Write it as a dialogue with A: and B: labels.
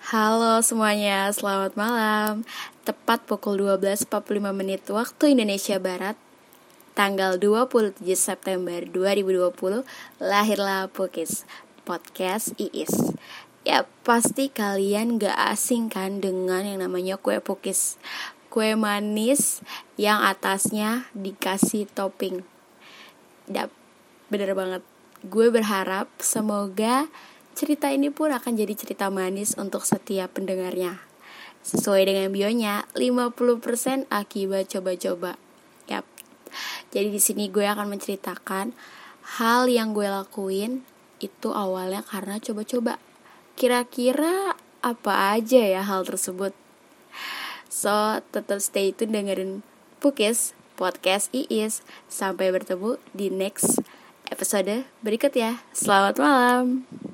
A: Halo semuanya, selamat malam. Tepat pukul 12.45 waktu Indonesia Barat, tanggal 27 September 2020, lahirlah Pukis, podcast Iis. Ya, pasti kalian gak asing kan dengan yang namanya kue pukis. Kue manis yang atasnya dikasih topping. Yap, bener banget. Gue berharap semoga cerita ini pun akan jadi cerita manis untuk setiap pendengarnya. Sesuai dengan bionya, 50% akibat coba-coba. Yap. Jadi di sini gue akan menceritakan hal yang gue lakuin itu awalnya karena coba-coba. Kira-kira apa aja ya hal tersebut? So, tetap stay tune dengerin Pukis, podcast Iis. Sampai bertemu di next episode berikut ya. Selamat malam.